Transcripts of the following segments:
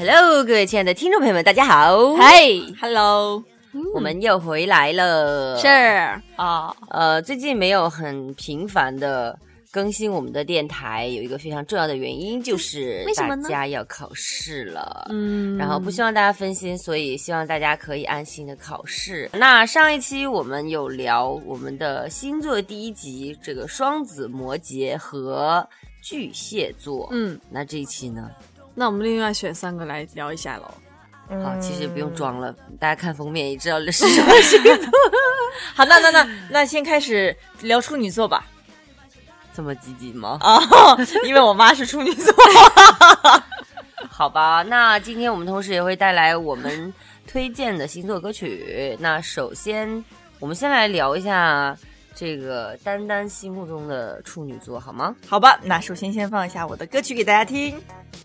Hello， 各位亲爱的听众朋友们，大家好。 嗨 ，Hello， 我们又回来了。 是啊， 最近没有很频繁的更新我们的电台，有一个非常重要的原因，就是大家要考试了。然后不希望大家分心，所以希望大家可以安心的考试。那上一期我们有聊我们的星座第1集，这个双子、摩羯和巨蟹座。那这一期呢？ 那我们另外选3个来聊一下喽。 好，其实不用装了，大家看封面也知道是什么星座。 好，那先开始聊处女座吧。 这么积极吗？ 因为我妈是处女座。 好吧，那今天我们同时也会带来我们推荐的星座歌曲。那首先，我们先来聊一下这个丹丹心目中的处女座，好吗？ 好吧，那首先先放一下我的歌曲给大家听。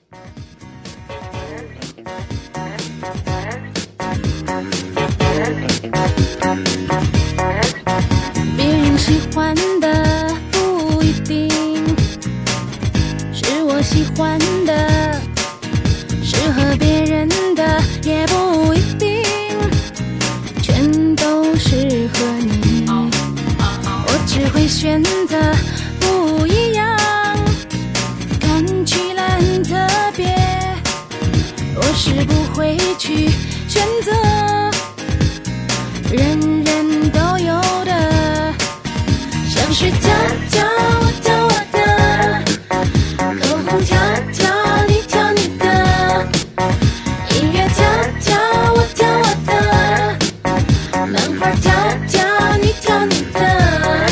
别人喜欢的不一定是我喜欢的，适合别人的也不一定全都适合你，我只会选择不一样，看起来很特别，我是不会去选择人人都有的，像是跳跳我跳我的，口红跳跳你跳你的，音乐跳跳我跳我的，漫画跳跳你跳你的。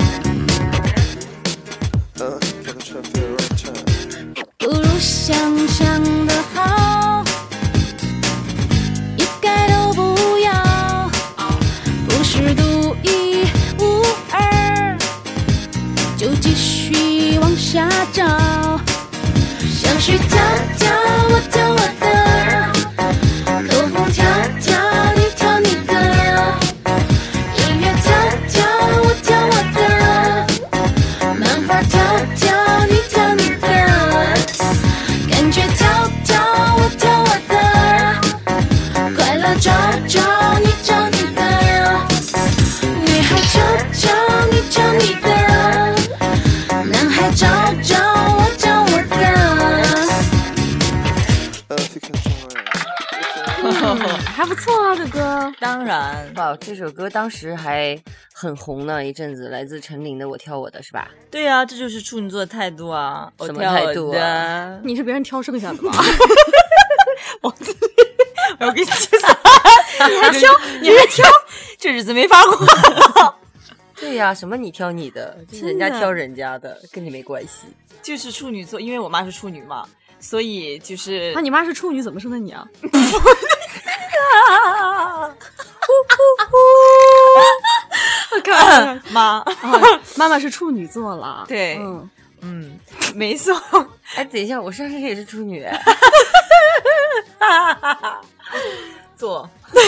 不如想象的好，一概都不要，不是独一无二，就继续往下找，像是跳跳我跳我的，口红跳跳你跳你的，音乐跳跳我跳我的，漫画跳跳你跳你的，感觉跳跳我跳我的，快乐找找你找你的，女孩找找你找你的，男孩找找我找我的。 还不错啊，这歌。 当然， 哇，这首歌当时还很红呢，一阵子，来自陈琳的《我挑我的》是吧？ 对啊，这就是处女座的态度啊。 什么态度啊？ 你是别人挑剩下的吧？ 我跟你说，你还挑，这日子没法过。 对呀，什么你挑你的，就是人家挑人家的，跟你没关系。 就是处女座，因为我妈是处女嘛，所以就是你妈是处女，怎么生的你啊？妈妈是处女座了。 对，没错。 哎，等一下，我上身也是处女。 做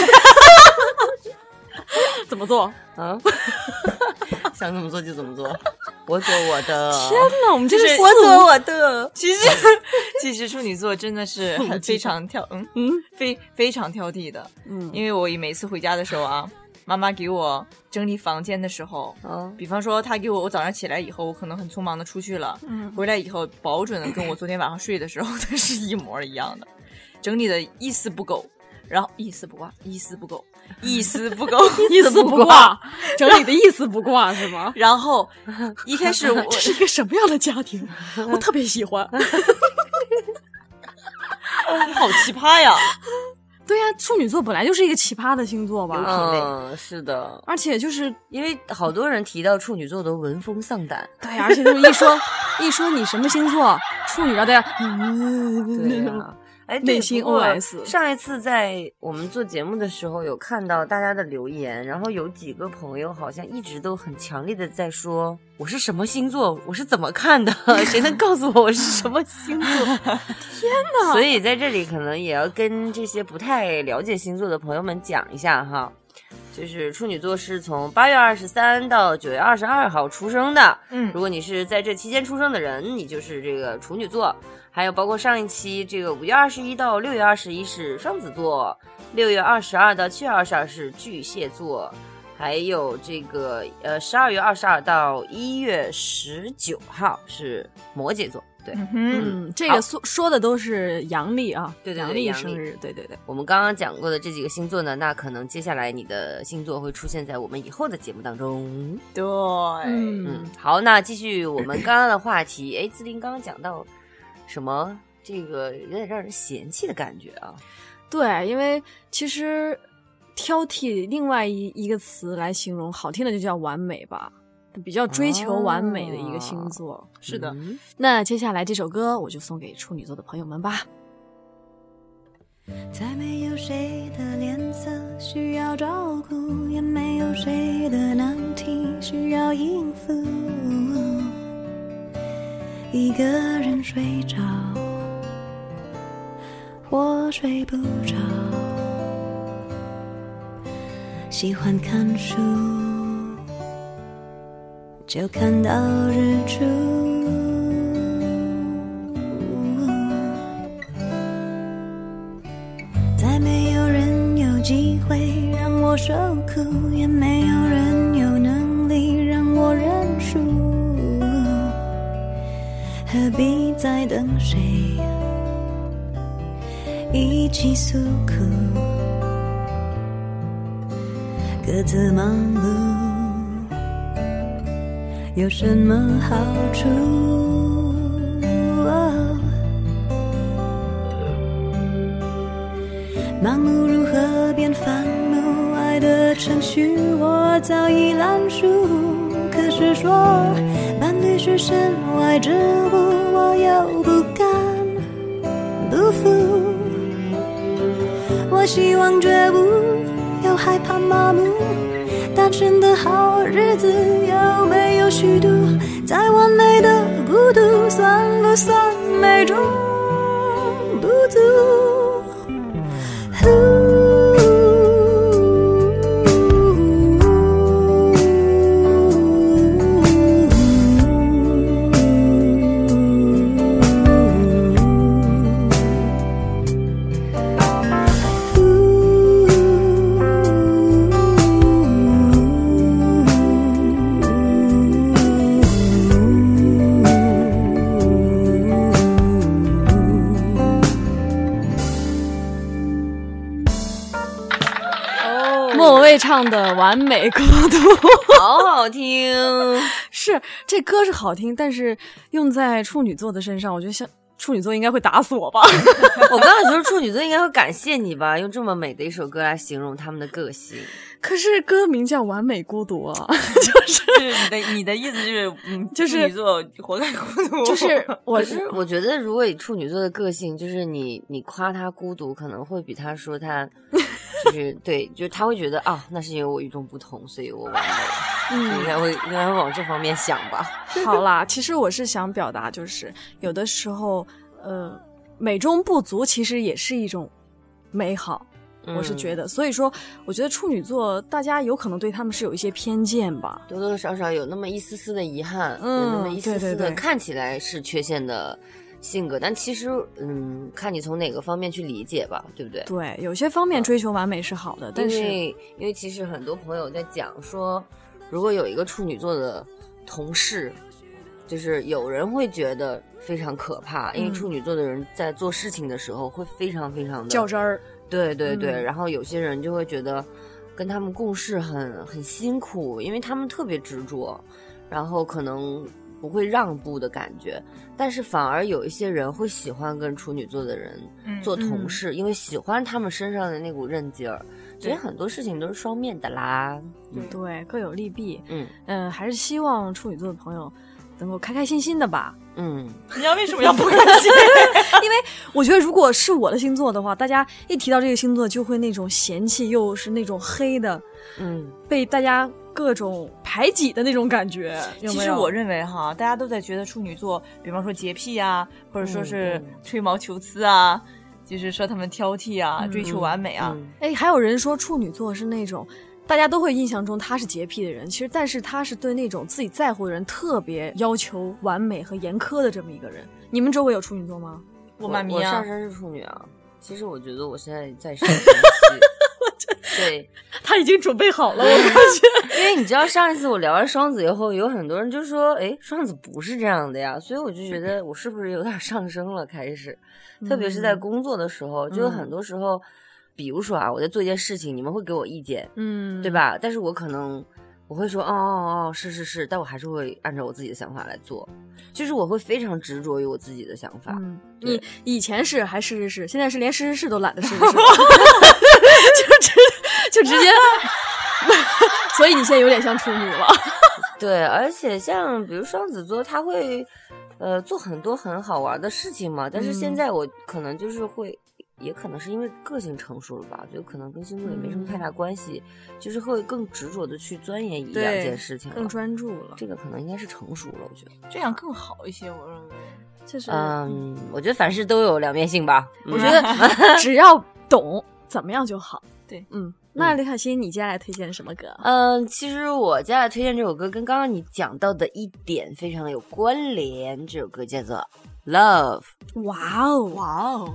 怎么做啊？想怎么做就怎么做，我做我的。 天哪，我们这是我做我的。其实处女座真的是非常非常挑剔的。因为我每次回家的时候啊，妈妈给我整理房间的时候，比方说她给我早上起来以后，我可能很匆忙的出去了，回来以后保准的跟我昨天晚上睡的时候的是一模一样的，整理的一丝不苟。然后一丝不挂，一丝不苟，一丝不苟， 一丝不挂，整理的一丝不挂是吗？ 然后一开始这是一个什么样的家庭？我特别喜欢。 好奇葩呀！ 对呀，处女座本来就是一个奇葩的星座吧？ 是的， 而且就是因为好多人提到处女座都闻风丧胆。 对呀，而且就是一说你什么星座，处女让大家对呀。哎， 内心 OS。 上一次在我们做节目的时候，有看到大家的留言，然后有几个朋友好像一直都很强烈的在说我是什么星座，我是怎么看的，谁能告诉我是什么星座？ 天哪！ 所以在这里可能也要跟这些不太了解星座的朋友们讲一下哈。 就是处女座是从8月23到9月22号出生的。如果你是在这期间出生的人，你就是这个处女座。还有包括上一期这个5月21到6月21是双子座，6月22到7月22是巨蟹座，还有这个12月22到1月19号是摩羯座。对， 这个说的都是阳历啊， 对， 阳历生日，对。 我们刚刚讲过的这几个星座呢，那可能接下来你的星座会出现在我们以后的节目当中。 对， 好，那继续我们刚刚的话题。自琳刚刚讲到什么？这个有点让人嫌弃的感觉啊。 对，因为其实挑剔另外一个词来形容，好听的就叫完美吧。比较追求完美的一个星座。 是的。 那接下来这首歌我就送给处女座的朋友们吧。 再没有谁的脸色需要照顾，也没有谁的难题需要应付，一个人睡着或睡不着，喜欢看书就看到日出，再没有人有机会让我受苦，也没有人有能力让我认输，何必再等谁一起诉苦，各自忙碌有什么好处？盲目如何变繁怒？爱的程序我早已烂熟。可是说伴侣是身外之物，我又不甘不服。我希望觉悟，又害怕麻木。单身的好日子有没有虚度？再完美的孤独，算不算美中不足？ 莫文蔚唱的《完美孤独》 好好听。 是，这歌是好听，但是用在处女座的身上，我觉得像处女座应该会打死我吧。 我刚才说处女座应该会感谢你吧，用这么美的一首歌来形容他们的个性。 可是歌名叫《完美孤独》啊， 就是你的意思就是处女座活该孤独。 就是我觉得如果以处女座的个性，就是你夸他孤独，可能会比他说他就是对，就是他会觉得啊，那是因为我与众不同，所以我完美。应该会往这方面想吧。 好啦，其实我是想表达，就是有的时候美中不足其实也是一种美好，我是觉得。所以说我觉得处女座大家有可能对他们是有一些偏见吧， 多多少少有那么一丝丝的遗憾，有那么一丝丝的看起来是缺陷的性格，但其实看你从哪个方面去理解吧，对不对？ 对，有些方面追求完美是好的，但是因为其实很多朋友在讲说，如果有一个处女座的同事，就是有人会觉得非常可怕，因为处女座的人在做事情的时候会非常非常的较真儿。 对对对，然后有些人就会觉得跟他们共事很辛苦，因为他们特别执着，然后可能不会让步的感觉，但是反而有一些人会喜欢跟处女座的人做同事，因为喜欢他们身上的那股韧劲儿。其实很多事情都是双面的啦， 对，各有利弊。还是希望处女座的朋友能够开开心心的吧。 你要为什么要不开心？ 因为我觉得如果是我的星座的话，大家一提到这个星座就会那种嫌弃，又是那种黑的，被大家各种排挤的那种感觉。有没有？ 其实我认为哈，大家都在觉得处女座，比方说洁癖啊，或者说是吹毛求疵啊，就是说他们挑剔啊，追求完美啊。 还有人说处女座是那种大家都会印象中他是洁癖的人，其实但是他是对那种自己在乎的人特别要求完美和严苛的这么一个人。你们周围有处女座吗？ 我妈咪啊， 我上升是处女啊。其实我觉得我现在在上升期，对， 他已经准备好了，我感觉。 因为你知道上一次我聊完双子以后，有很多人就说，哎，双子不是这样的呀，所以我就觉得我是不是有点上升了？开始，特别是在工作的时候，就很多时候，比如说啊，我在做一件事情，你们会给我意见，对吧？但是我可能我会说，是，但我还是会按照我自己的想法来做，就是我会非常执着于我自己的想法。 你以前是还是，现在是连是都懒得是，就直接，所以你现在有点像处女了。 对，而且像比如双子座，他会做很多很好玩的事情嘛，但是现在我可能就是会。也可能是因为个性成熟了吧，就可能跟星座也没什么太大关系，就是会更执着的去钻研一两件事情了， 更专注了。 这个可能应该是成熟了，我觉得这样更好一些。我认为就是我觉得凡事都有两面性吧。 我觉得只要懂怎么样就好。 对， 那李可欣，你接下来推荐什么歌？ 其实我接下来推荐这首歌跟刚刚你讲到的一点非常的有关联，这首歌叫做 Love。 哇哦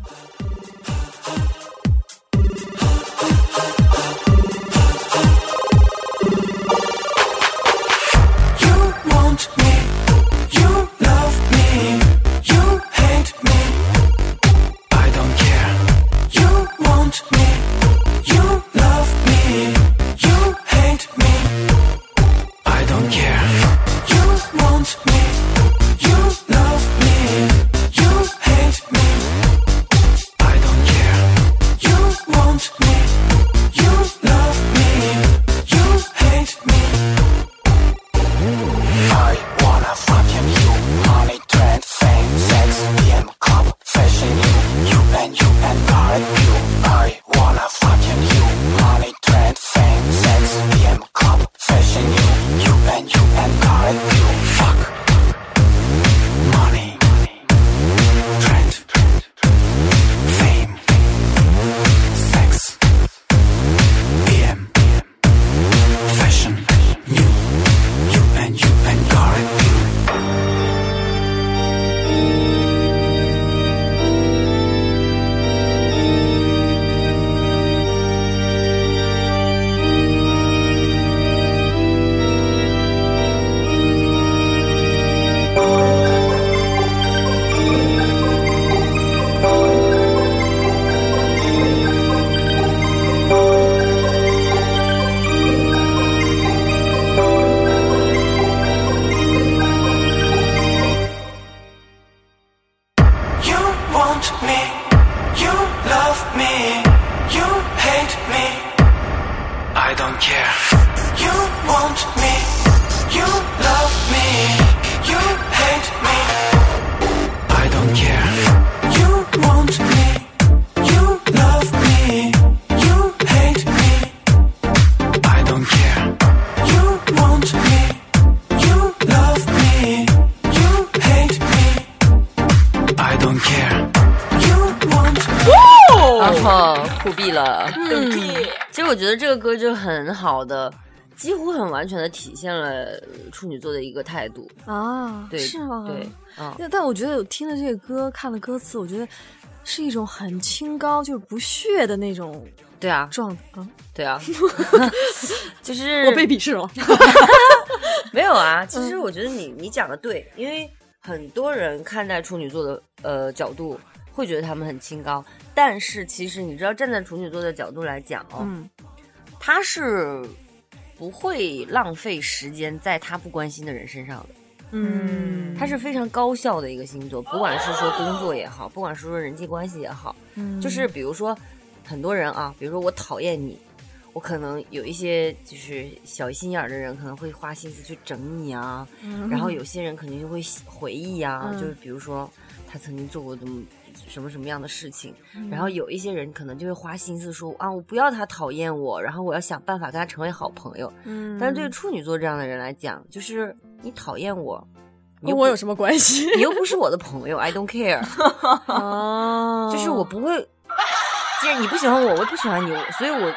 酷毙了，其实我觉得这个歌就很好的，几乎很完全的体现了处女座的一个态度啊。 对， 是吗？ 对， 但我觉得我听了这个歌，看了歌词，我觉得是一种很清高，就是不屑的那种。 对啊， 状态对啊，就是我被鄙视了。 没有啊，其实我觉得你讲的对，因为很多人看待处女座的角度，会觉得他们很清高，但是其实你知道，站在处女座的角度来讲他是不会浪费时间在他不关心的人身上的。他是非常高效的一个星座，不管是说工作也好，不管是说人际关系也好，就是比如说很多人啊，比如说我讨厌你，我可能有一些就是小心眼的人可能会花心思去整你啊，然后有些人肯定就会回忆啊，就是比如说他曾经做过什么样的事情，然后有一些人可能就会花心思说啊，我不要他讨厌我，然后我要想办法跟他成为好朋友。但是对于处女座这样的人来讲，就是你讨厌我， 跟我有什么关系？ 你又不是我的朋友，I don't care。就是我不会，既然你不喜欢我，我也不喜欢你，所以我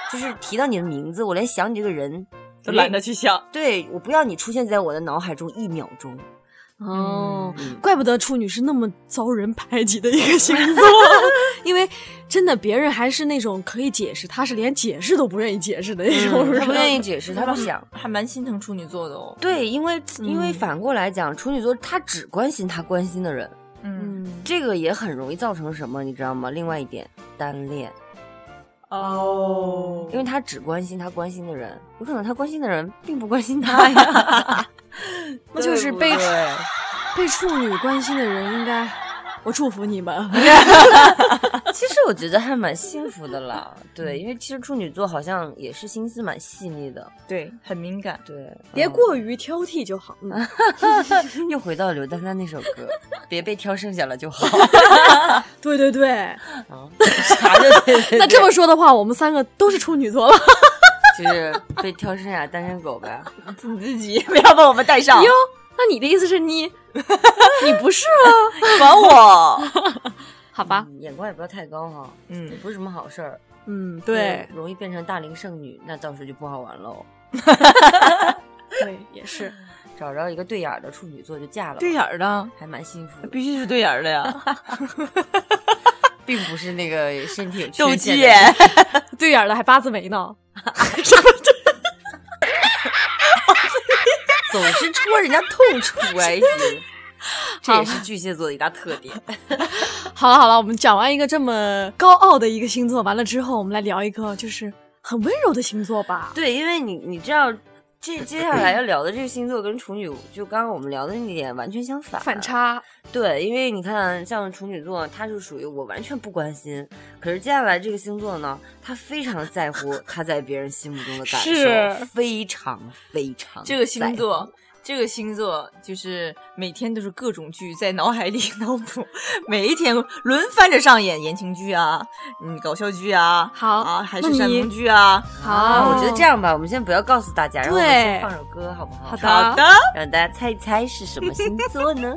就是提到你的名字，我连想你这个人都懒得去想。 对，我不要你出现在我的脑海中1秒钟。 哦，怪不得处女是那么遭人排挤的一个星座，因为真的别人还是那种可以解释，他是连解释都不愿意解释的那种人， 他不愿意解释，他不想， 还蛮心疼处女座的哦。 对，因为反过来讲，处女座他只关心他关心的人，这个也很容易造成什么，你知道吗？另外一点，单恋。因为他只关心他关心的人，有可能他关心的人并不关心他呀。 那就是被处女关心的人，应该我祝福你们。 其实我觉得还蛮幸福的啦，对，因为其实处女座好像也是心思蛮细腻的， 对，很敏感， 对， 别过于挑剔就好。 又回到刘丹丹那首歌，别被挑剩下了就好。 对对对， 啥就对。 那这么说的话，我们3个都是处女座了。 就是被挑剩下单身狗呗， 你自己不要把我们带上哟。那你的意思是你不是啊？ 管我？ 好吧， 眼光也不要太高哈，也不是什么好事儿。 对， 容易变成大龄剩女，那到时候就不好玩喽。 对，也是， 找着一个对眼的处女座就嫁了。 对眼的还蛮幸福， 必须是对眼的呀。 并不是那个身体有斗鸡眼， 对眼的还八字眉呢。 总是戳人家痛处哎，这也是巨蟹座的一大特点。 好了，我们讲完一个这么高傲的一个星座，完了之后，我们来聊一个就是很温柔的星座吧。 对，因为你知道，接下来要聊的这个星座跟处女，就刚刚我们聊的那点完全相反差。 对，因为你看，像处女座，它是属于我完全不关心，可是接下来这个星座呢，他非常在乎他在别人心目中的感受，非常非常这个星座就是每天都是各种剧在脑海里脑补，每一天轮番着上演言情剧啊，搞笑剧啊， 好啊，还是山盟剧啊。 好，我觉得这样吧，我们先不要告诉大家，然后我们先放首歌，好不好？ 好的， 让大家猜一猜是什么星座呢？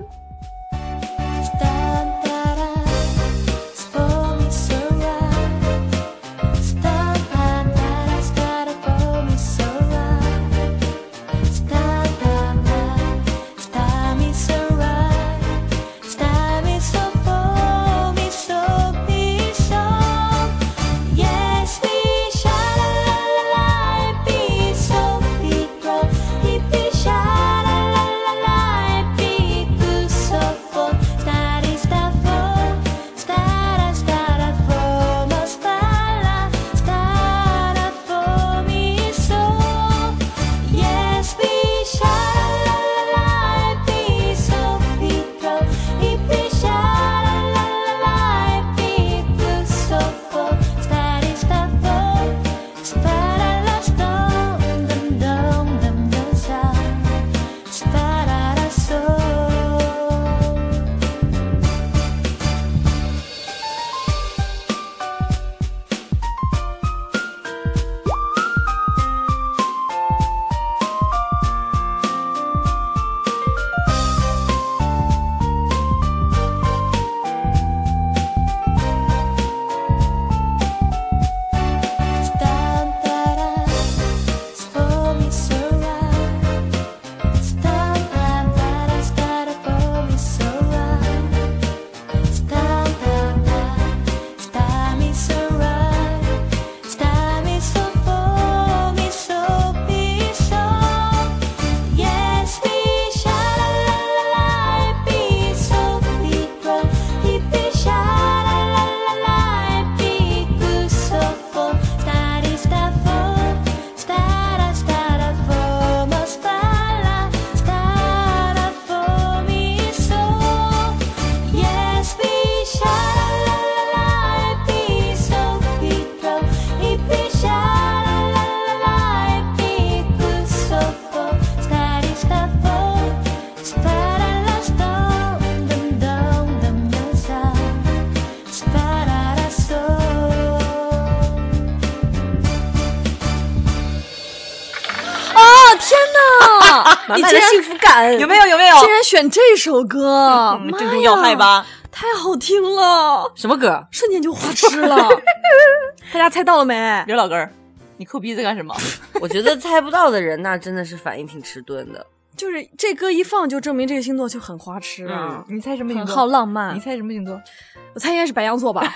满满的幸福感， 有没有？ 竟然选这首歌， 正中要害吧？ 太好听了！ 什么歌？ 瞬间就花痴了。大家猜到了没？ 刘老根儿， 你抠鼻子干什么？ 我觉得猜不到的人那真的是反应挺迟钝的。 就是这歌一放就证明这个星座就很花痴啊。 你猜什么星座？ 很好浪漫。 你猜什么星座？ 我猜应该是白羊座吧。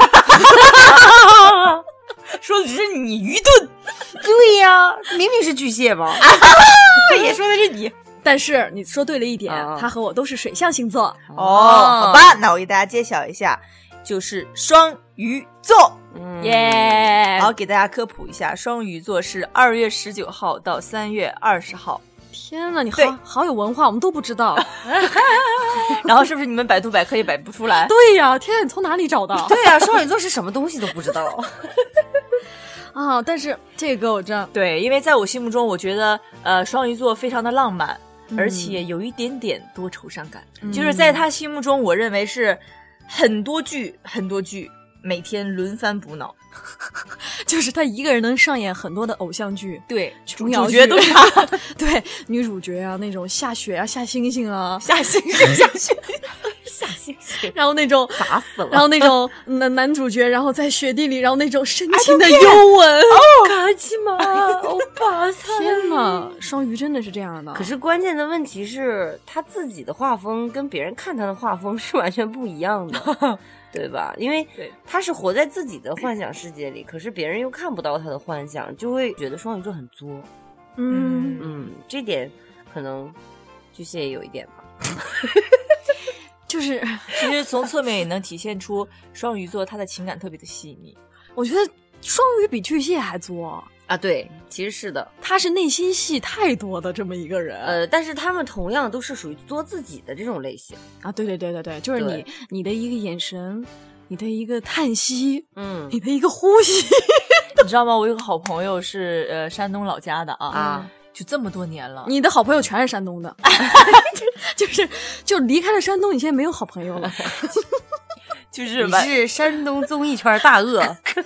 说的只是你愚钝。 对呀，明明是巨蟹嘛。 也说的是你。 但是你说对了一点，他和我都是水象星座。 好吧，那我给大家揭晓一下，就是双鱼座。 耶！ 好，给大家科普一下，双鱼座是2月19号到3月20号。 天哪，你好有文化，我们都不知道。 然后是不是你们百度百科也摆不出来？ 对呀，天哪，你从哪里找到？ 对呀，双鱼座是什么东西都不知道。 啊，但是这个歌我知道。 对，因为在我心目中，我觉得双鱼座非常的浪漫，而且有一点点多愁善感。就是在他心目中，我认为是很多剧，每天轮番补脑。 就是他一个人能上演很多的偶像剧， 对， 主角都是他。 对，女主角啊，那种下雪啊，下星星啊， 下星星， 然后那种砸死了， 然后那种男主角，然后在雪地里，然后那种深情的幽吻， 卡奇玛，欧巴， 天哪，双鱼真的是这样的。 可是关键的问题是他自己的画风跟别人看他的画风是完全不一样的。对吧？因为他是活在自己的幻想世界里，可是别人又看不到他的幻想，就会觉得双鱼座很作。这点可能巨蟹也有一点吧。 就是其实从侧面也能体现出双鱼座他的情感特别的细腻。 我觉得双鱼比巨蟹还作啊，对，其实是的， 他是内心戏太多的这么一个人。 但是他们同样都是属于作自己的这种类型啊。对，就是你的一个眼神，你的一个叹息，你的一个呼吸。 你知道吗？我有个好朋友是山东老家的啊，就这么多年了。 你的好朋友全是山东的，就离开了山东，你现在没有好朋友了。 就是你是山东综艺圈大鳄。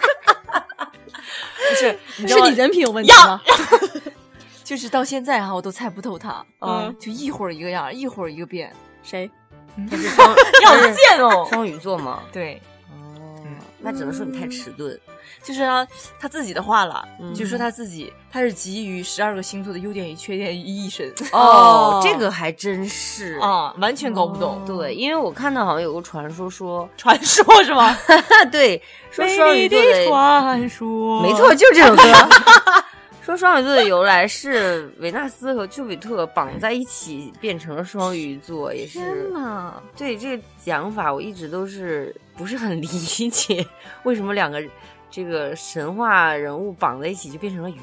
是你人品有问题吗？ 就是到现在我都猜不透他，就一会儿一个样，一会儿一个变。 谁？ 他是双要贱哦， 双鱼座吗？ 对， 那只能说你太迟钝。 就是他自己的话了，就说他自己，他是集于12个星座的优点与缺点于一身。 这个还真是啊，完全搞不懂。 对，因为我看到好像有个传说是吗？ 对，说双鱼座的传说， 没错，就这首歌。说双鱼座的由来是维纳斯和丘比特绑在一起变成了双鱼座，也是。 天哪！ 对这个讲法，我一直都是不是很理解，为什么两个这个神话人物绑在一起就变成了鱼？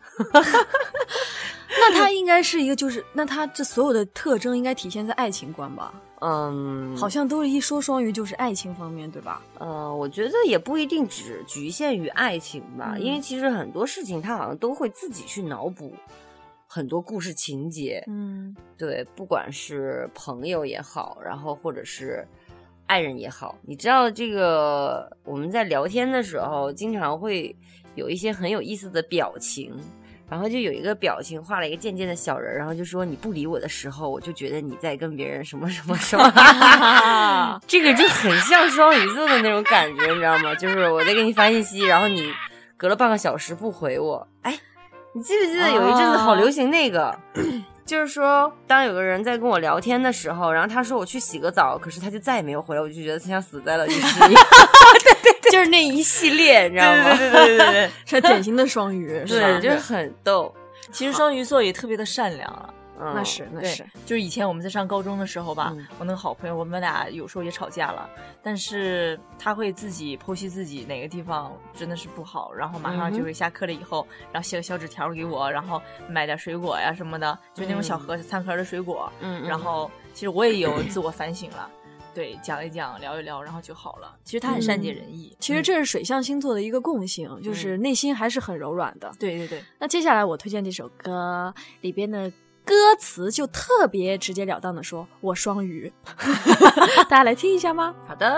那他应该是一个，就是那他这所有的特征应该体现在爱情观吧？好像都是一说双鱼就是爱情方面，对吧？ 我觉得也不一定只局限于爱情吧，因为其实很多事情他好像都会自己去脑补很多故事情节。对，不管是朋友也好，然后或者是爱人也好，你知道这个我们在聊天的时候经常会有一些很有意思的表情，然后就有一个表情画了一个渐渐的小人，然后就说你不理我的时候，我就觉得你在跟别人什么什么什么。这个就很像双鱼座的那种感觉，你知道吗？就是我在给你发信息，然后你隔了半个小时不回我。哎，你记不记得有一阵子好流行那个就是说当有个人在跟我聊天的时候，然后他说我去洗个澡，可是他就再也没有回来，我就觉得他像死在了浴室里。对，就是那一系列，你知道吗？ 对， 是典型的双鱼。 对，就是很逗。 其实双鱼座也特别的善良了。 那是， 就是以前我们在上高中的时候吧，我那个好朋友，我们俩有时候也吵架了，但是他会自己剖析自己哪个地方真的是不好，然后马上就会下课了以后，然后写个小纸条给我，然后买点水果呀什么的，就那种小盒3盒的水果，然后其实我也有自我反省了。对，讲一讲，聊一聊，然后就好了。其实他很善解人意。 其实这是水象星座的一个共性，就是内心还是很柔软的。 对。 那接下来我推荐这首歌里边的歌词就特别直截了当的说我双鱼。大家来听一下吗？ 好的。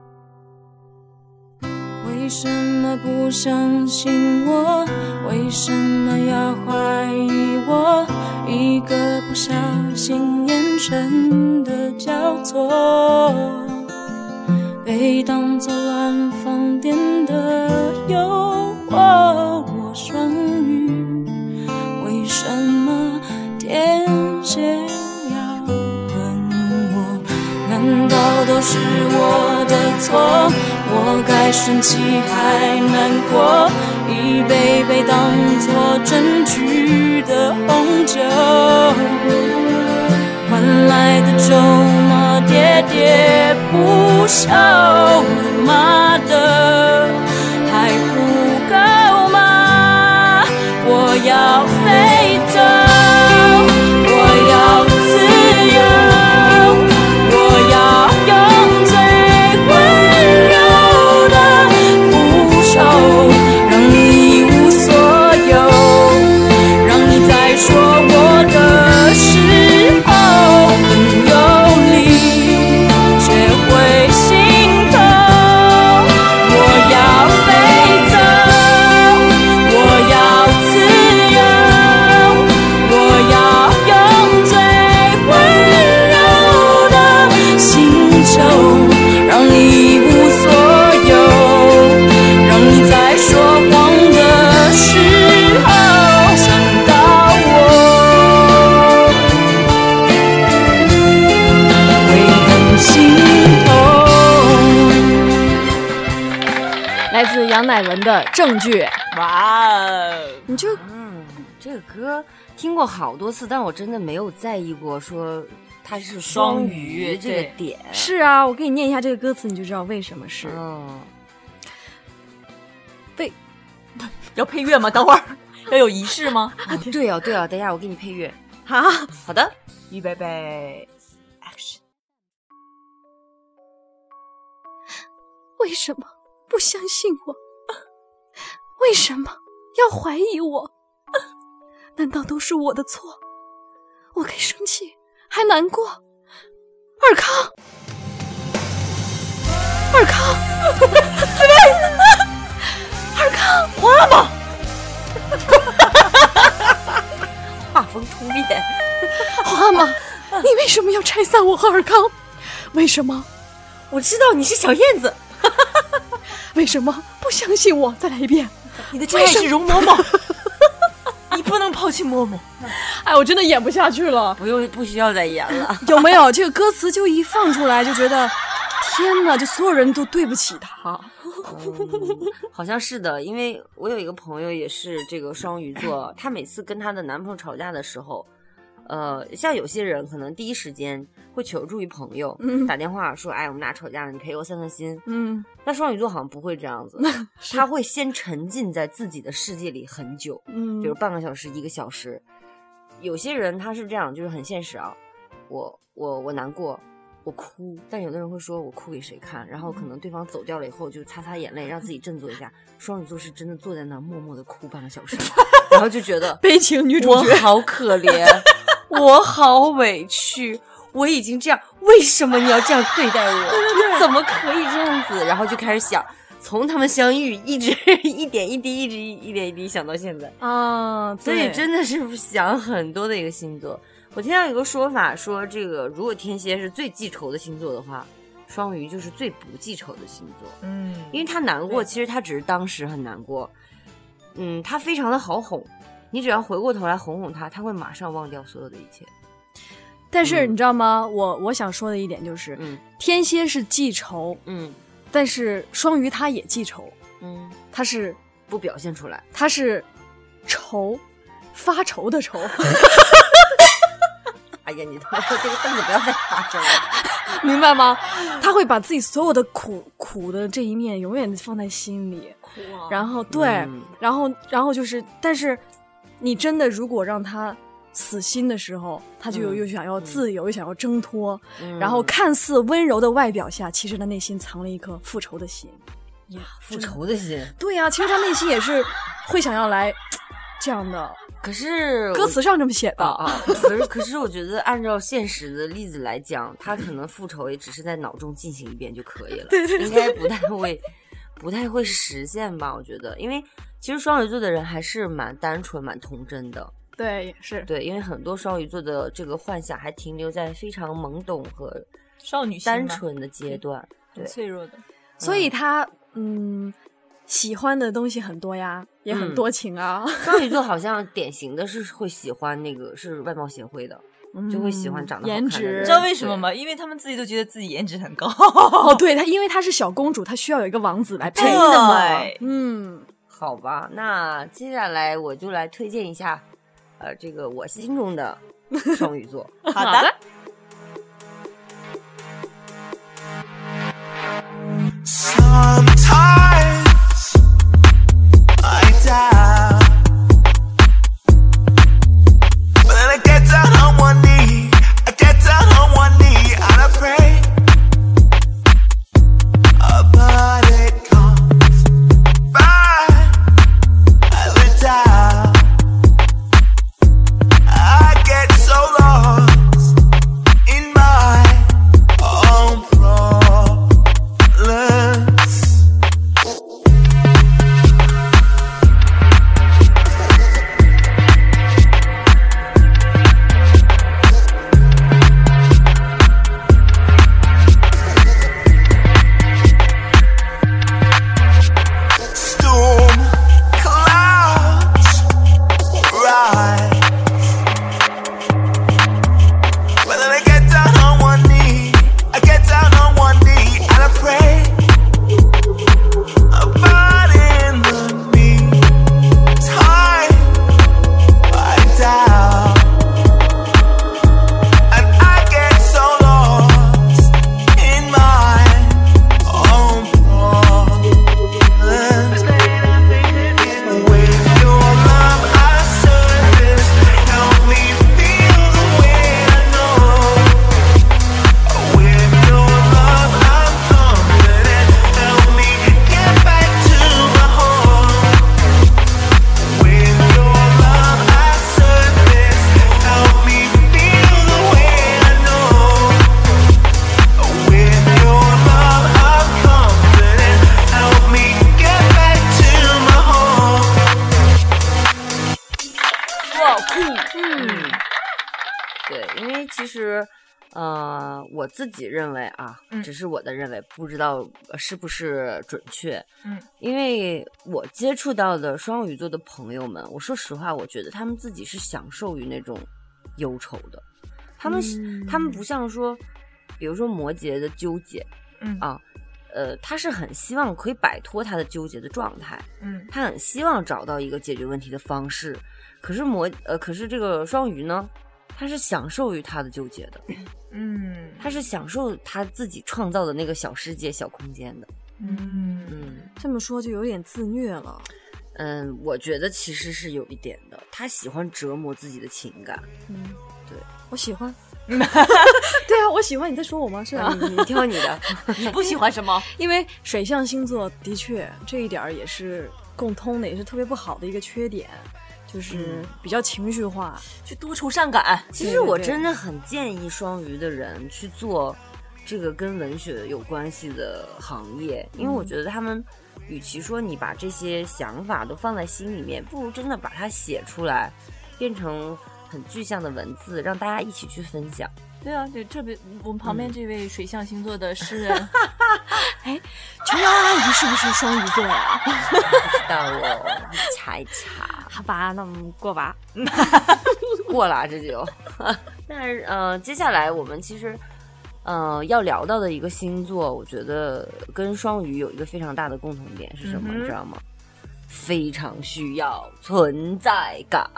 为什么不相信我？为什么要怀疑我？一个不小心眼神的交错，被当作乱放电的诱惑。我双道都是我的错，我该生气还难过，一杯杯当作证据的红酒，换来的咒骂喋喋不休，骂的还不够吗？我要飞走，我要自由，我要用最温柔的复仇，让你一无所有，让你在说我的时候很有理，却会心痛。我要飞走，我要自由，我要用最温柔的星球，让你一无所有，让你在说谎的时候想到我，会很心痛。 来自杨乃文的《证据》。 哇， 你就这个歌听过好多次，但我真的没有在意过说它是双语这个点。 是啊，我给你念一下这个歌词，你就知道为什么是。 要配乐吗？等会儿要有仪式吗？ 对哦，等一下我给你配乐。好的， 预备备 ，action。 为什么不相信我？为什么要怀疑我？难道都是我的错？我该生气还难过？尔康，尔康，尔康， 花吗？画风突变， 花吗？你为什么要拆散我和尔康？为什么？ 我知道你是小燕子。 为什么不相信我？再来一遍。 你的真爱是容嬷嬷，你不能抛弃嬷嬷。 哎，我真的演不下去了， 不需要再演了。 有没有这个歌词就一放出来就觉得天哪，就所有人都对不起他。 好像是的，因为我有一个朋友也是这个双鱼座，她每次跟她的男朋友吵架的时候，像有些人可能第一时间会求助于朋友，打电话说，哎，我们俩吵架了，你陪我散散心。但双鱼座好像不会这样子，他会先沉浸在自己的世界里很久，比如半个小时、1个小时。有些人他是这样，就是很现实啊，我难过。我哭，但有的人会说我哭给谁看，然后可能对方走掉了以后就擦擦眼泪让自己振作一下。双鱼座是真的坐在那默默的哭半个小时，然后就觉得悲情女主角， 我好可怜，我好委屈，我已经这样，为什么你要这样对待我？你怎么可以这样子？然后就开始想，从他们相遇一直一点一滴想到现在啊， 所以真的是想很多的一个星座。我听到有个说法说，这个如果天蝎是最记仇的星座的话，双鱼就是最不记仇的星座。因为他难过，其实他只是当时很难过。他非常的好哄，你只要回过头来哄哄他，他会马上忘掉所有的一切。 但是你知道吗？我想说的一点就是，天蝎是记仇，但是双鱼他也记仇，他是不表现出来， 他是愁，发愁的愁。 哎呀，你他妈这个凳子不要再发生了， 明白吗？他会把自己所有的苦的这一面永远放在心里，然后对，然后就是，但是你真的如果让他死心的时候，他就又想要自由，又想要挣脱，然后看似温柔的外表下，其实他内心藏了一颗复仇的心。 呀，复仇的心。 对呀，其实他内心也是会想要来这样的。 可是歌词上这么写的可是我觉得按照现实的例子来讲，他可能复仇也只是在脑中进行一遍就可以了，对，应该不太会实现吧？我觉得，因为其实双鱼座的人还是蛮单纯、蛮童真的。 对，是对， 因为很多双鱼座的这个幻想还停留在非常懵懂和少女单纯的阶段， 很脆弱的， 所以他喜欢的东西很多呀，也很多情啊。 双鱼座好像典型的是会喜欢那个是外貌协会的， 就会喜欢长得好看的颜值。 人。 知道为什么吗？因为他们自己都觉得自己颜值很高。 哦，对，因为她是小公主，她需要有一个王子来陪的嘛。 好吧，那接下来我就来推荐一下，这个我心中的双鱼座。 好的。 我自己认为啊，只是我的认为，不知道是不是准确。因为我接触到的双鱼座的朋友们，我说实话，我觉得他们自己是享受于那种忧愁的。他们不像说，比如说摩羯的纠结，他是很希望可以摆脱他的纠结的状态，他很希望找到一个解决问题的方式。可是这个双鱼呢，他是享受于他的纠结的，他是享受他自己创造的那个小世界、小空间的。 这么说就有点自虐了。 我觉得其实是有一点的，他喜欢折磨自己的情感。对， 我喜欢。对啊，我喜欢。你在说我吗？是啊， 你挑你的。 你不喜欢什么？ 因为水象星座的确这一点也是共通的，也是特别不好的一个缺点。就是比较情绪化， 就多愁善感。 其实我真的很建议双鱼的人去做这个跟文学有关系的行业，因为我觉得他们与其说你把这些想法都放在心里面，不如真的把它写出来，变成很具象的文字，让大家一起去分享。 对啊，对，特别我们旁边这位水象星座的诗人， 琼瑶阿姨是不是双鱼座呀？ 不知道哦，查一查。 好吧，那我们过吧。 过了这就。那接下来我们其实要聊到的一个星座，我觉得跟双鱼有一个非常大的共同点是什么？你知道吗？非常需要存在感。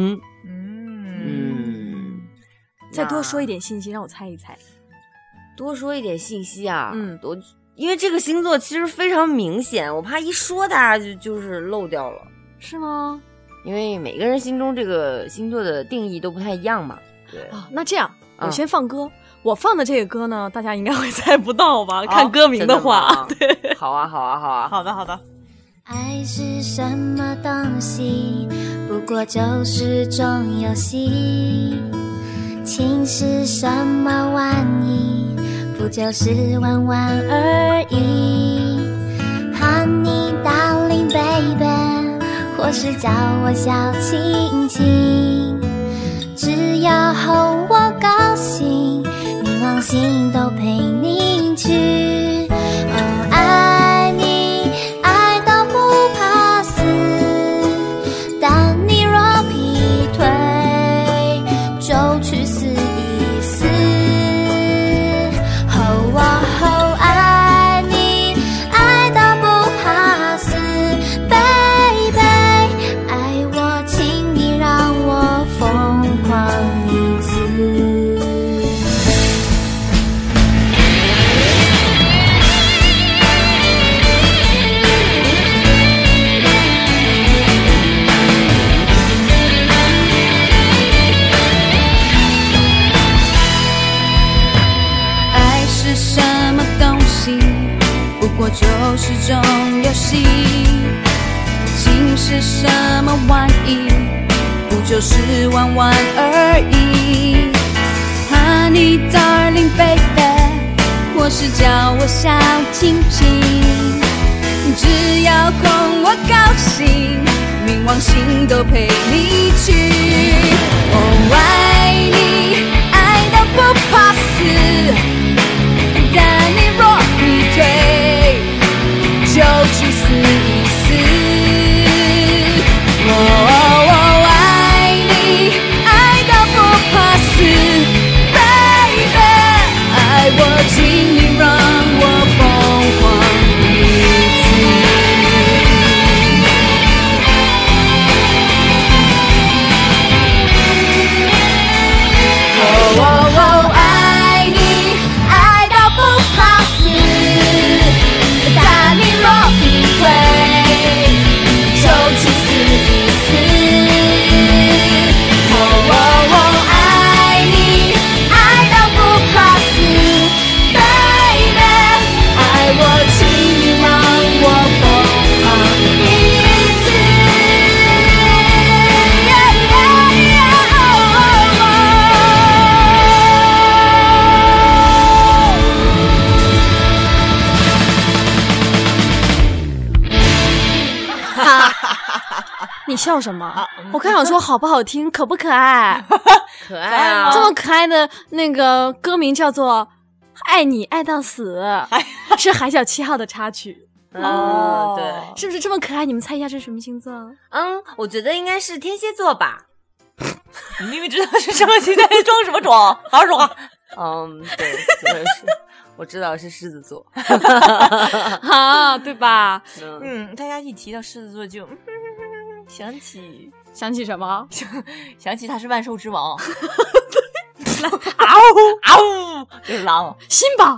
再多说一点信息，让我猜一猜。 多说一点信息啊，因为这个星座其实非常明显，我怕一说大家就是漏掉了。 是吗？ 因为每个人心中这个星座的定义都不太一样嘛。对啊，那这样我先放歌。我放的这个歌呢，大家应该会猜不到吧？看歌名的话，对， 好啊。 好的。 爱是什么东西？不过就是种游戏。情是什么玩意？不就是玩玩而已。Honey darling baby， 或是叫我小亲亲，只要哄我高兴，你往心都陪你去。爱你爱到不怕死，但你若劈腿就去死就是种游戏，情是什么玩意，不就是玩玩而已。 Honey darling baby， 或是叫我小亲亲，只要哄我高兴，冥王星都陪你去。我爱你爱到不怕死，但你若劈腿，就去死一死。我爱你爱到不怕死 ，baby， 爱我请你让我疯狂一次。我爱你爱到不怕死，但你若劈腿，就去死一死。我爱你爱到不怕死 ，baby， 爱我请你让我疯狂一次。 你笑什么？我刚想说好不好听，可不可爱？ 可爱啊！ 这么可爱的那个歌名叫做《爱你爱到死》，是海角7号的插曲。 哦，对， 是不是这么可爱？你们猜一下这是什么星座？ 我觉得应该是天蝎座吧。 你明明知道是什么星座，装什么装？好好说。 对，真的是，我知道是狮子座。 啊，对吧？ 大家一提到狮子座就想起什么？ 想起他是万兽之王。 嗷嗷，就是狼。 辛巴。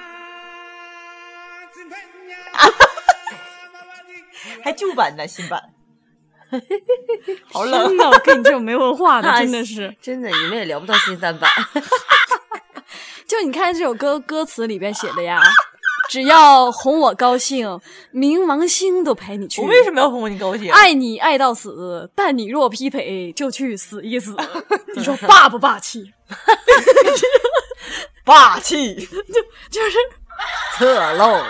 还旧版的新版。好冷真的，我跟你这种没文化的真的是真的，你们也聊不到新3版。 就你看这首歌词里边写的呀，只要哄我高兴，冥王星都陪你去。 我为什么要哄你高兴？ 爱你爱到死，但你若劈腿，就去死一死。你说霸不霸气？ 霸气， 就是侧漏。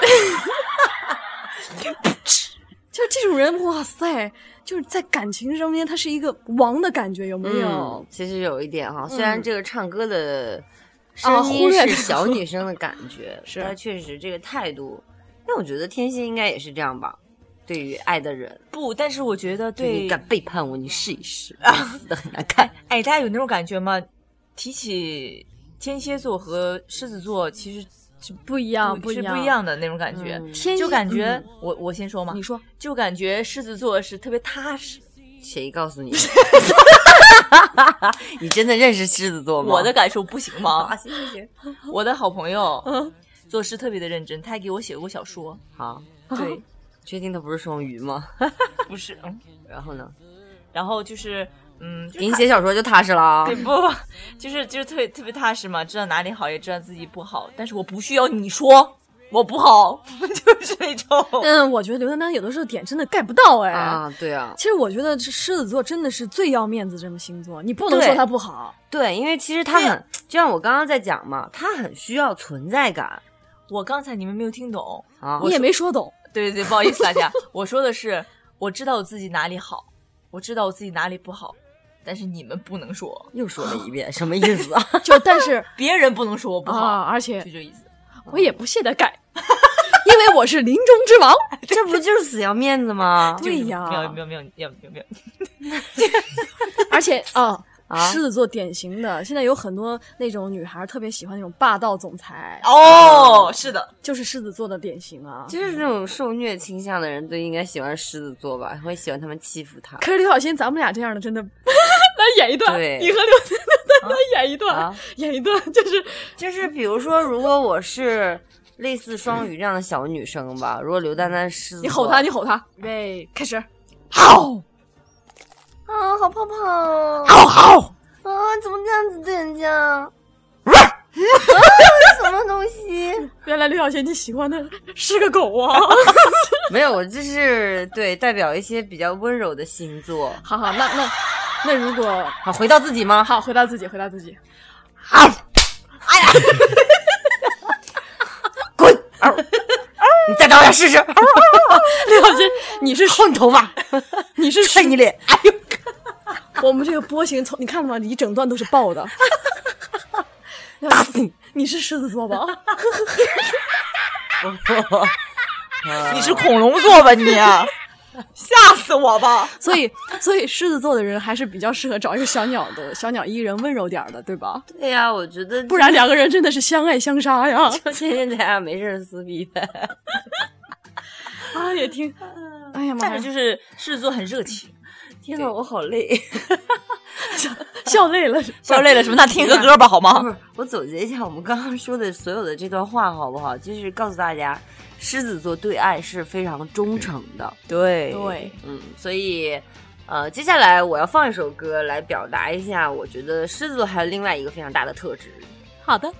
就这种人，哇塞！就是在感情上面，他是一个王的感觉，有没有？ 其实有一点哈，虽然这个唱歌的声音是小女生的感觉，是但确实这个态度，但我觉得天蝎应该也是这样吧。对于爱的人， 不，但是我觉得你敢背叛我，你试一试，死的很难看。 大家有那种感觉吗？提起天蝎座和狮子座，其实是不一样的那种感觉。 就感觉我先说嘛， 你说，就感觉狮子座是特别踏实。 谁告诉你？你真的认识狮子座吗？ 我的感受不行吗？ 行， 我的好朋友做事特别的认真，他还给我写过小说。 好， 对， 确定他不是双鱼吗？ 不是， 然后呢？ 然后就是给你写小说就踏实了。 对不，就是特别踏实嘛，知道哪里好，也知道自己不好，但是我不需要你说我不好，就是那种。 我觉得刘丹丹有的时候点真的 get 不到哎。 啊，对啊。 其实我觉得狮子座真的是最要面子这种星座，你不能说他不好。 对，因为其实他很，就像我刚刚在讲嘛，他很需要存在感。 我刚才你们没有听懂啊， 你也没说懂。 对，不好意思大家，我说的是我知道我自己哪里好，我知道我自己哪里不好。但是你们不能说， 又说了一遍，什么意思啊？ 但是别人不能说我不好， 而且就这意思。 我也不屑的改，因为我是林中之王， 这不就是死要面子吗？ 对呀， 没有， 而且狮子座典型的，现在有很多那种女孩特别喜欢那种霸道总裁。 是的， 就是狮子座的典型啊。 就是这种受虐倾向的人都应该喜欢狮子座吧，会喜欢他们欺负他。 可是刘晓欣，咱们俩这样的真的来演一段， 对， 你和刘丹丹演一段，演一段， 就是比如说，如果我是类似双鱼这样的小女生吧，如果刘丹丹狮子座， 你吼他，预备开始， 好。好泡泡， 好啊！怎么这样子对人家？ 什么东西？ 原来刘晓贤你喜欢的是个狗啊？ 没有，我就是对代表一些比较温柔的星座。 好，那如果好回到自己吗？ 好，回到自己。 好，哎呀，滚！你再找点试试。 刘晓贤，你是后你头发， 你是踹你脸。哎呦， 我们这个波形你看了吗？一整段都是爆的。 打死你！ 你是狮子座吧？ 你是恐龙座吧你？吓死我吧！ 所以狮子座的人还是比较适合找一个小鸟依人，温柔点的，对吧？ 对呀，我觉得不然两个人真的是相爱相杀呀！ 就天天在家没事撕逼呗。 啊，也听，哎呀妈呀！ 但是就是狮子座很热情。 天哪，我好累， 笑累了什么？那听个歌吧，好吗？ 不是，我总结一下我们刚刚说的所有的这段话，好不好？就是告诉大家，狮子座对爱是非常忠诚的。 对， 所以，接下来我要放一首歌来表达一下，我觉得狮子座还有另外一个非常大的特質。 好的。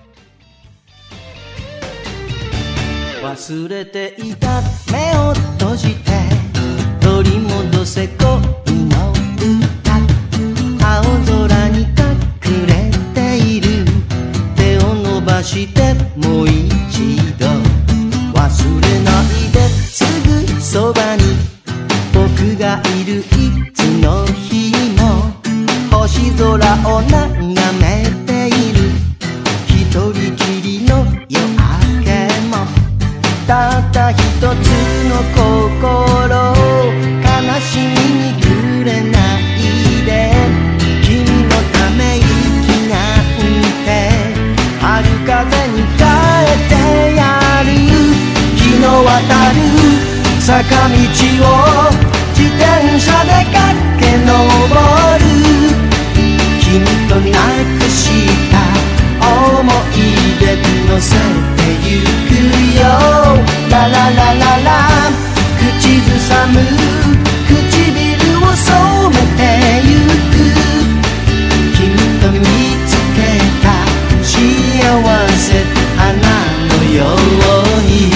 忘れていた目を閉じて取り戻せ恋の歌青空に隠れている手を伸ばしてもう一度忘れないですぐそばに僕がいるいつの日も星空を眺めている一人きりの夜明けもたった一つの心悲しみにくれないで君のため息なんて春風に変えてやる日の渡る坂道を自転車で駆け上る君となくした思い出乗せてゆくよラララララ口ずさむ唇を染めてゆく君と見つけた幸せ花のように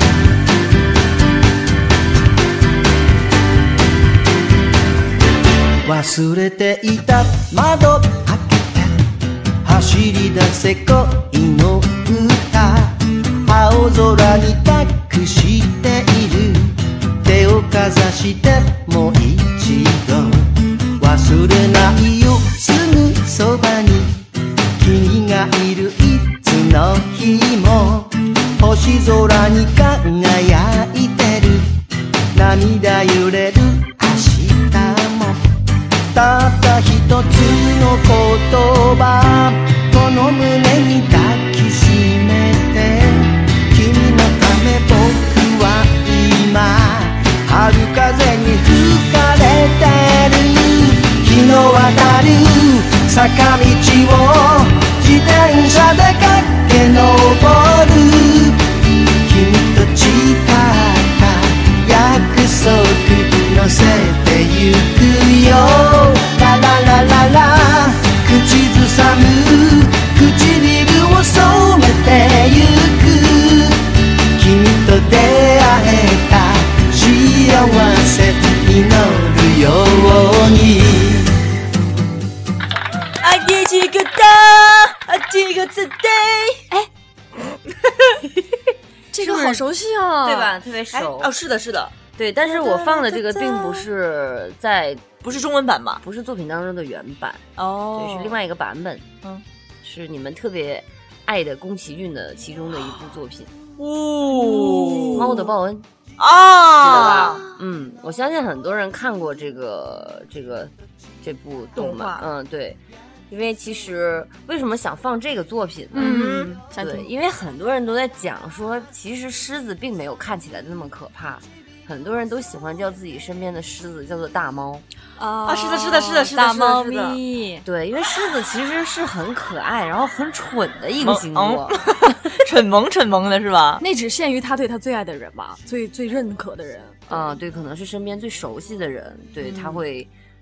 忘れていた窓開けて走り出せ恋の歌青空に託している手をかざしてもう一度忘れないよすぐそばに君がいるいつの日も星空に輝いてる涙揺れる明日もたった一つの言葉この胸に抱きしめて君のため僕は今春風に吹かれてる日の渡る坂道を自転車で駆け上る君と誓った約束乗せてゆくよラララララ口ずさむ唇を染めてゆく君と出会えた幸せ祈るようにあげち个哒啊这个字day 这个好熟悉啊， 对吧？特别熟。 哦，是的，是的， 对，但是我放的这个并不是不是中文版吧？ 不是作品当中的原版哦， 对，是另外一个版本。是你们特别爱的宫崎骏的其中的一部作品。猫的报恩啊， 记得吧？我相信很多人看过这部动漫。对。因为其实为什么想放这个作品呢？对，因为很多人都在讲说，其实狮子并没有看起来的那么可怕，很多人都喜欢叫自己身边的狮子叫做大猫。 是的， 大猫咪。 对，因为狮子其实是很可爱，然后很蠢的一个星座， 蠢萌的是吧？ 那只限于他对他最爱的人吧，最认可的人。 对，可能是身边最熟悉的人，对，他会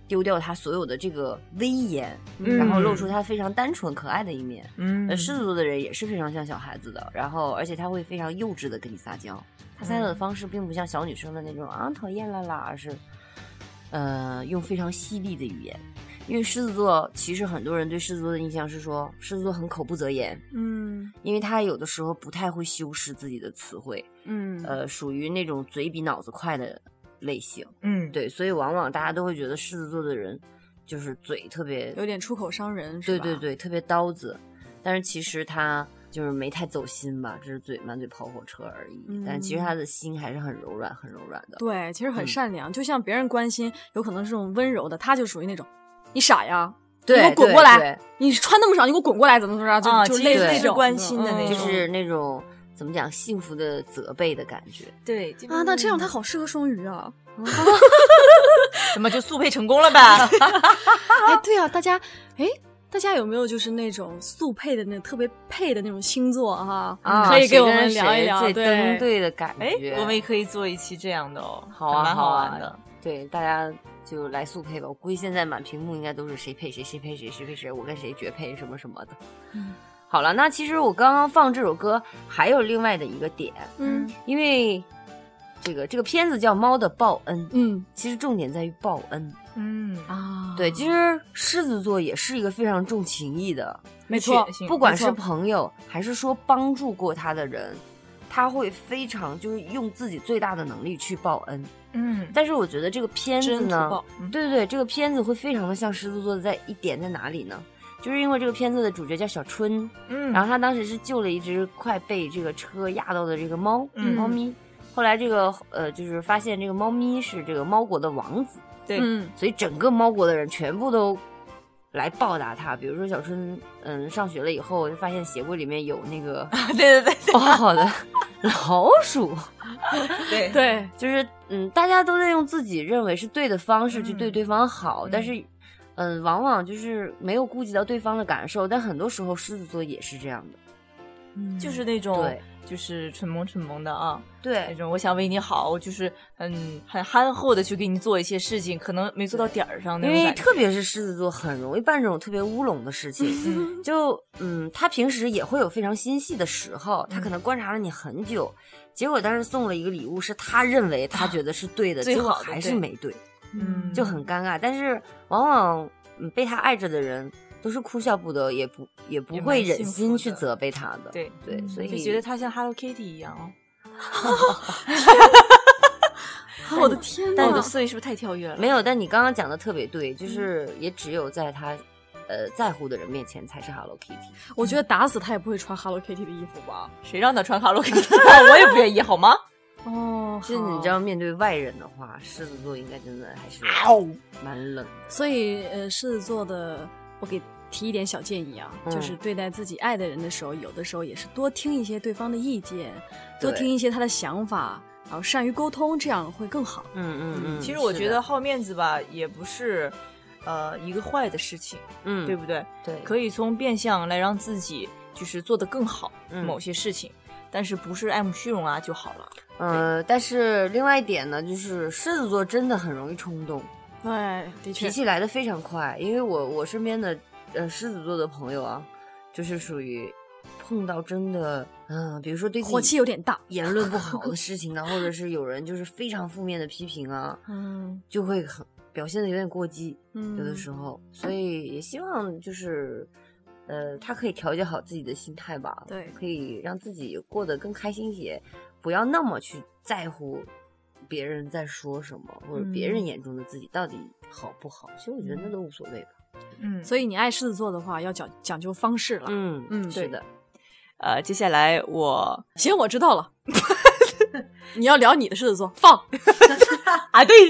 丢掉他所有的这个威严，然后露出他非常单纯可爱的一面。狮子座的人也是非常像小孩子的，然后而且他会非常幼稚的跟你撒娇，他撒娇的方式并不像小女生的那种啊讨厌了啦，而是用非常犀利的语言。因为狮子座其实很多人对狮子座的印象是说狮子座很口不择言，因为他有的时候不太会修饰自己的词汇，属于那种嘴比脑子快的类型，对，所以往往大家都会觉得狮子座的人就是嘴特别有点出口伤人，是吧？ 对对对，特别刀子，但是其实他就是没太走心吧，只是满嘴跑火车而已，但其实他的心还是很柔软很柔软的。 对，其实很善良，就像别人关心有可能是这种温柔的，他就属于那种你傻呀， 对， 你给我滚过来，你穿那么少你给我滚过来，怎么着就类似这种关心的那种， 就是那种怎么讲幸福的责备的感觉。 对啊，那这样他好适合双鱼啊。 怎么就速配成功了吧？ 哎，对啊，大家有没有就是那种速配的那特别配的那种星座啊？可以给我们聊一聊， 最登对的感觉。 我们也可以做一期这样的哦， 好啊， 蛮好玩的。 对，大家就来速配吧。我估计现在满屏幕应该都是谁配谁，谁配谁，谁配谁，我跟谁绝配什么什么的。好了，那其实我刚刚放这首歌还有另外的一个点，因为这个片子叫《猫的报恩》，其实重点在于报恩。对，其实狮子座也是一个非常重情义的， 没错， 不管是朋友还是说帮助过他的人，他会非常就是用自己最大的能力去报恩。但是我觉得这个片子呢，对对对，这个片子会非常的像狮子座的，在一点在哪里呢？就是因为这个片子的主角叫小春，然后他当时是救了一只快被这个车压到的这个猫咪，后来这个就是发现这个猫咪是这个猫国的王子， 对， 所以整个猫国的人全部都来报答他。比如说小春上学了以后，就发现鞋柜里面有那个对包好的老鼠， 对对， 就是大家都在用自己认为是对的方式去对对方好，但是往往就是没有顾及到对方的感受。但很多时候狮子座也是这样的， 就是那种对， 就是蠢萌的啊， 对， 那种我想为你好，就是很憨厚的去给你做一些事情，可能没做到点儿上那种感觉。 因为特别是狮子座很容易办这种特别乌龙的事情，就他平时也会有非常心细的时候，他可能观察了你很久，结果当时送了一个礼物是他认为他觉得是对的，结果还是没对，就很尴尬。但是往往被他爱着的人都是哭笑不得，也不会忍心去责备他的。 对对，所以就觉得他像 Hello Kitty 一样我的天哪！ 但我的思维是不是太跳跃了？ 没有，但你刚刚讲的特别对，就是也只有在他在乎的人面前才是 Hello Kitty。 我觉得打死他也不会穿 Hello Kitty 的衣服吧？ 谁让他穿 Hello Kitty？我也不愿意，好吗？ 其实你知道，面对外人的话，狮子座应该真的还是蛮冷的。 所以狮子座的，我给提一点小建议啊，就是对待自己爱的人的时候，有的时候也是多听一些对方的意见，多听一些他的想法，然后善于沟通，这样会更好。 其实我觉得好面子吧，也不是一个坏的事情，对不对？ 对， 可以从变相来让自己就是做得更好，某些事情，但是不是爱慕虚荣啊就好了。 但是另外一点呢，就是狮子座真的很容易冲动， 对，的确脾气来得非常快。因为我身边的狮子座的朋友啊，就是属于碰到真的比如说对自己火气有点大， 言论不好的事情啊，或者是有人就是非常负面的批评啊，就会表现得有点过激，有的时候。所以也希望就是他可以调节好自己的心态吧， 对， 可以让自己过得更开心一些，不要那么去在乎别人在说什么，或者别人眼中的自己到底好不好。其实我觉得那都无所谓吧。 所以你爱狮子座的话，要讲究方式了。 是的。 接下来我知道了。你要聊你的狮子座，放啊，对。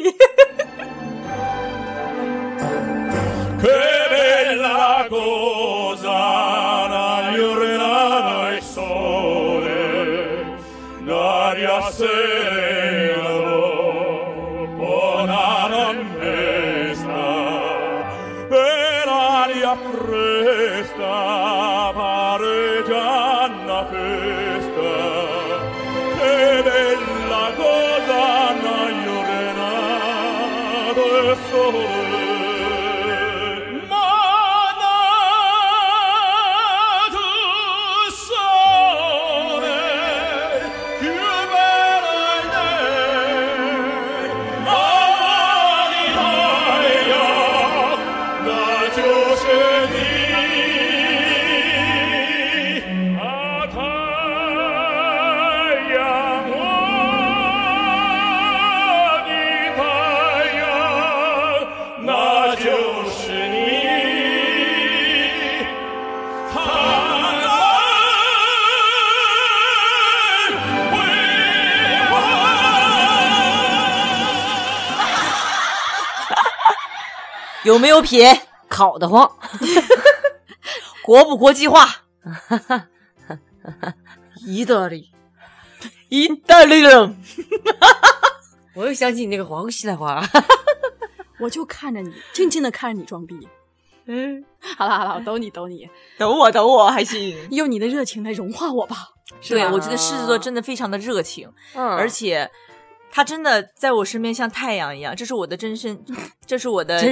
Sole 有没有品？ 烤得慌。 国不国际化？意大利人。 我又想起你那个黄西来话。 我就看着你，静静的看着你装逼。好了，我抖你， 抖我还行， 用你的热情来融化我吧。 对，我觉得狮子座真的非常的热情，而且他真的在我身边像太阳一样，这是我的真身，这是我的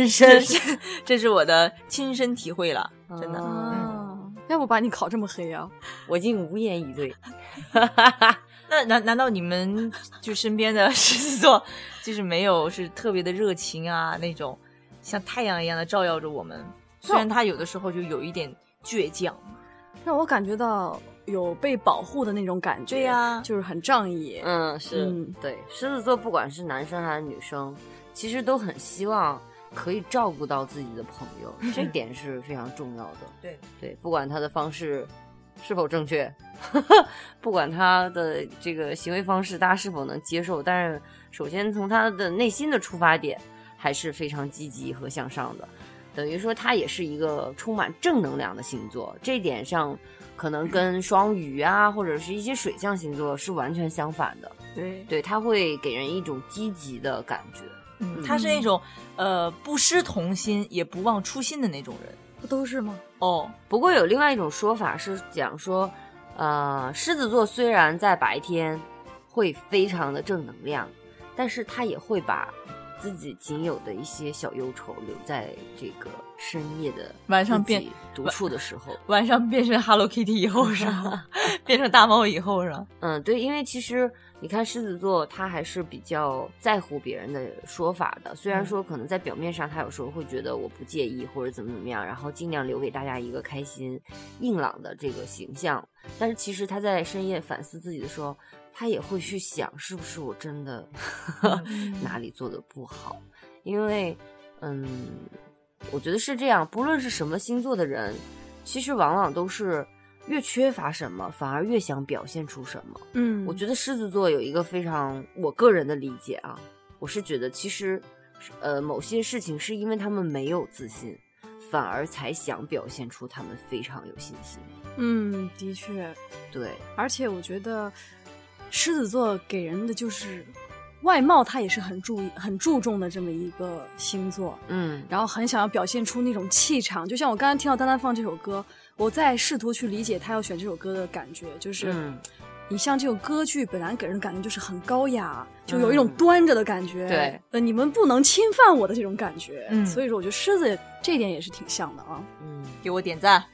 亲身体会了，真的。 要不把你烤这么黑啊？ 我竟无言以对。 那难道你们就身边的狮子座就是没有是特别的热情啊，那种像太阳一样的照耀着我们？虽然他有的时候就有一点倔强， 让我感觉到有被保护的那种感觉。 对呀， 就是很仗义。 对，狮子座不管是男生还是女生，其实都很希望可以照顾到自己的朋友，这点是非常重要的。对，不管他的方式是否正确，不管他的这个行为方式大家是否能接受，但是首先从他的内心的出发点还是非常积极和向上的，等于说他也是一个充满正能量的星座。这一点上可能跟双鱼啊或者是一些水象星座是完全相反的。对，他会给人一种积极的感觉。 他是那种不失童心也不忘初心的那种人。 不都是吗？ 不过有另外一种说法是讲说狮子座虽然在白天会非常的正能量，但是他也会把自己仅有的一些小忧愁留在这个深夜的晚上变独处的时候， 晚上变成 Hello Kitty 以后是吧？变成大猫以后是吧？ 对，因为其实你看狮子座他还是比较在乎别人的说法的，虽然说可能在表面上他有时候会觉得我不介意或者怎么样，然后尽量留给大家一个开心硬朗的这个形象，但是其实他在深夜反思自己的时候，他也会去想是不是我真的哪里做的不好。因为我觉得是这样，不论是什么星座的人，其实往往都是越缺乏什么反而越想表现出什么。我觉得狮子座有一个非常我个人的理解啊，我是觉得其实某些事情是因为他们没有自信，反而才想表现出他们非常有信心。 的确， 对， 而且我觉得狮子座给人的就是外貌，他也是很注重的这么一个星座。然后很想要表现出那种气场，就像我刚刚听到丹丹放这首歌，我在试图去理解他要选这首歌的感觉，就是你像这种歌剧本来给人感觉就是很高雅，就有一种端着的感觉。对，你们不能侵犯我的这种感觉。所以说我觉得狮子这一点也是挺像的啊。 给我点赞。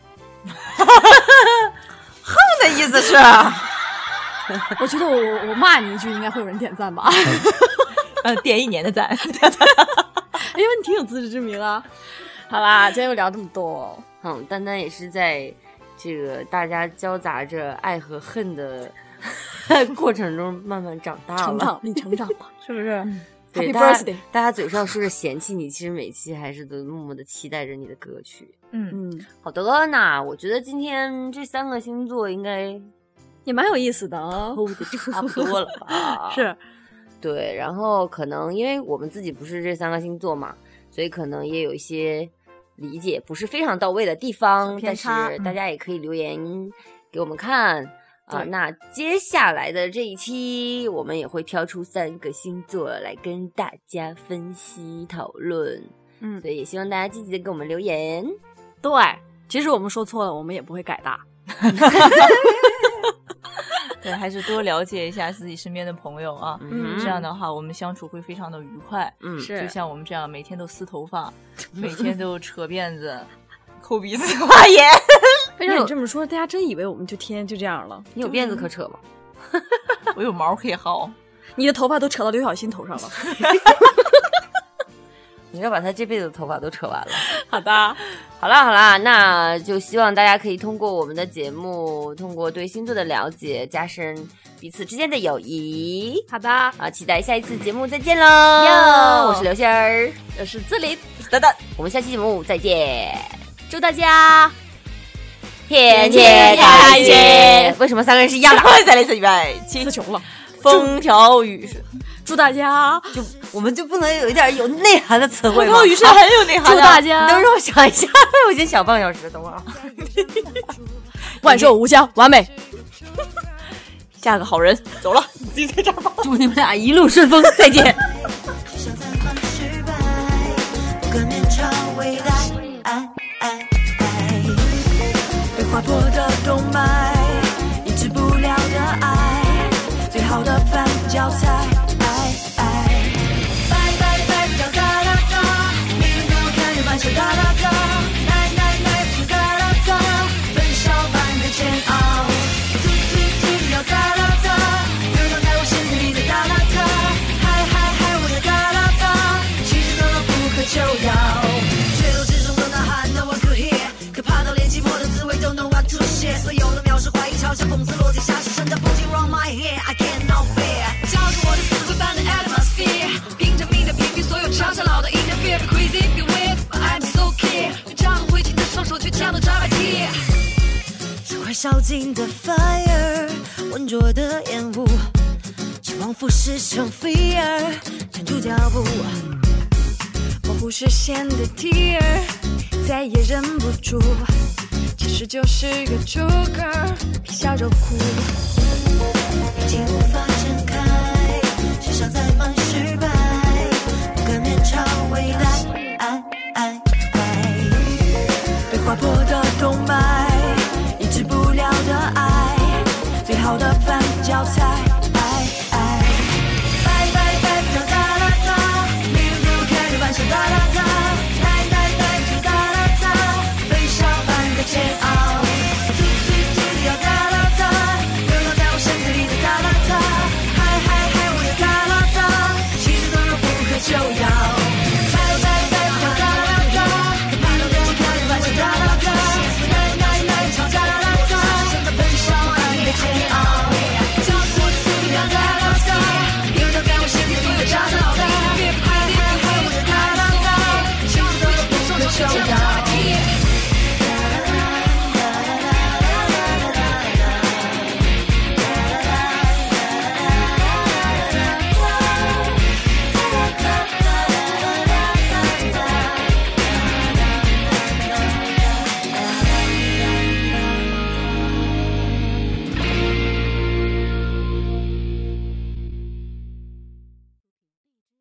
哼的意思是我觉得我骂你一句应该会有人点赞吧。 点1年的赞。 哎呦，你挺有自知之明啊。好啦，今天又聊这么多。 丹丹也是在这个大家交杂着爱和恨的过程中慢慢长大了， 你成长了，是不是 ？Happy birthday！ 大家嘴上说着嫌弃你，其实每期还是都默默的期待着你的歌曲。好的，那我觉得今天这3个星座应该也蛮有意思的哦， 抽的差不多了吧？ 是， 对。然后可能因为我们自己不是这3个星座嘛，所以可能也有一些理解不是非常到位的地方，但是大家也可以留言给我们看啊。那接下来的这一期，我们也会挑出3个星座来跟大家分析讨论。所以也希望大家积极的给我们留言。 对，其实我们说错了，我们也不会改的。 对，还是多了解一下自己身边的朋友啊，这样的话我们相处会非常的愉快。 是， 就像我们这样每天都撕头发，每天都扯辫子、抠鼻子、画眼。 非常你这么说，大家真以为我们就天天就这样了？ 你有辫子可扯吗？ 我有毛可以薅。 你的头发都扯到刘晓欣头上了。 你要把他这辈子的头发都扯完了。 好的， 好啦，那就希望大家可以通过我们的节目，通过对星座的了解，加深彼此之间的友谊。 好的啊，期待下一次节目再见喽！我是刘星儿， 我是自林， 等等， 我们下期节目再见，祝大家天天开心。为什么三个人是一样的？ 再来一次，预备起， 词穷了。 风调雨顺。 祝大家我们就不能有一点有内涵的词汇吗？ 风调雨顺很有内涵的。 祝大家， 等让我想一下，我已经想半个小时，等会儿。 万寿无疆，完美。 嫁个好人，走了，你自己在这儿吧。 祝你们俩一路顺风，再见。 被划破的动脉，抑制不了的爱，最好的饭脚菜。拜拜拜，叫哒哒哒，没人给我看着满手哒哒哒，奶奶奶就哒哒哒，焚烧般的煎熬。突突突要哒哒哒，流淌在我身体里的哒哒哒，嗨嗨嗨我的哒哒哒，其实做到不可救药。血肉之中的呐喊 ，No one could hear， 可怕到连寂寞的滋味都能挖出血。所有的藐视、怀疑、嘲笑、讽刺、落地下是身在不禁 round my hair，I cannot bear。照着我的死灰般的 atmosphere， 拼着命的屏蔽所有嘲笑老的 interfere， be crazy be weird，but I'm so care。就这样挥起的双手，却将都draw my tear。是快烧尽的 fire， 浑浊的烟雾，希望腐蚀成 fear， 站住脚步。模糊视线的 tear， 再也忍不住，其实就是个 joker， 笑着哭，眼睛无法睁开。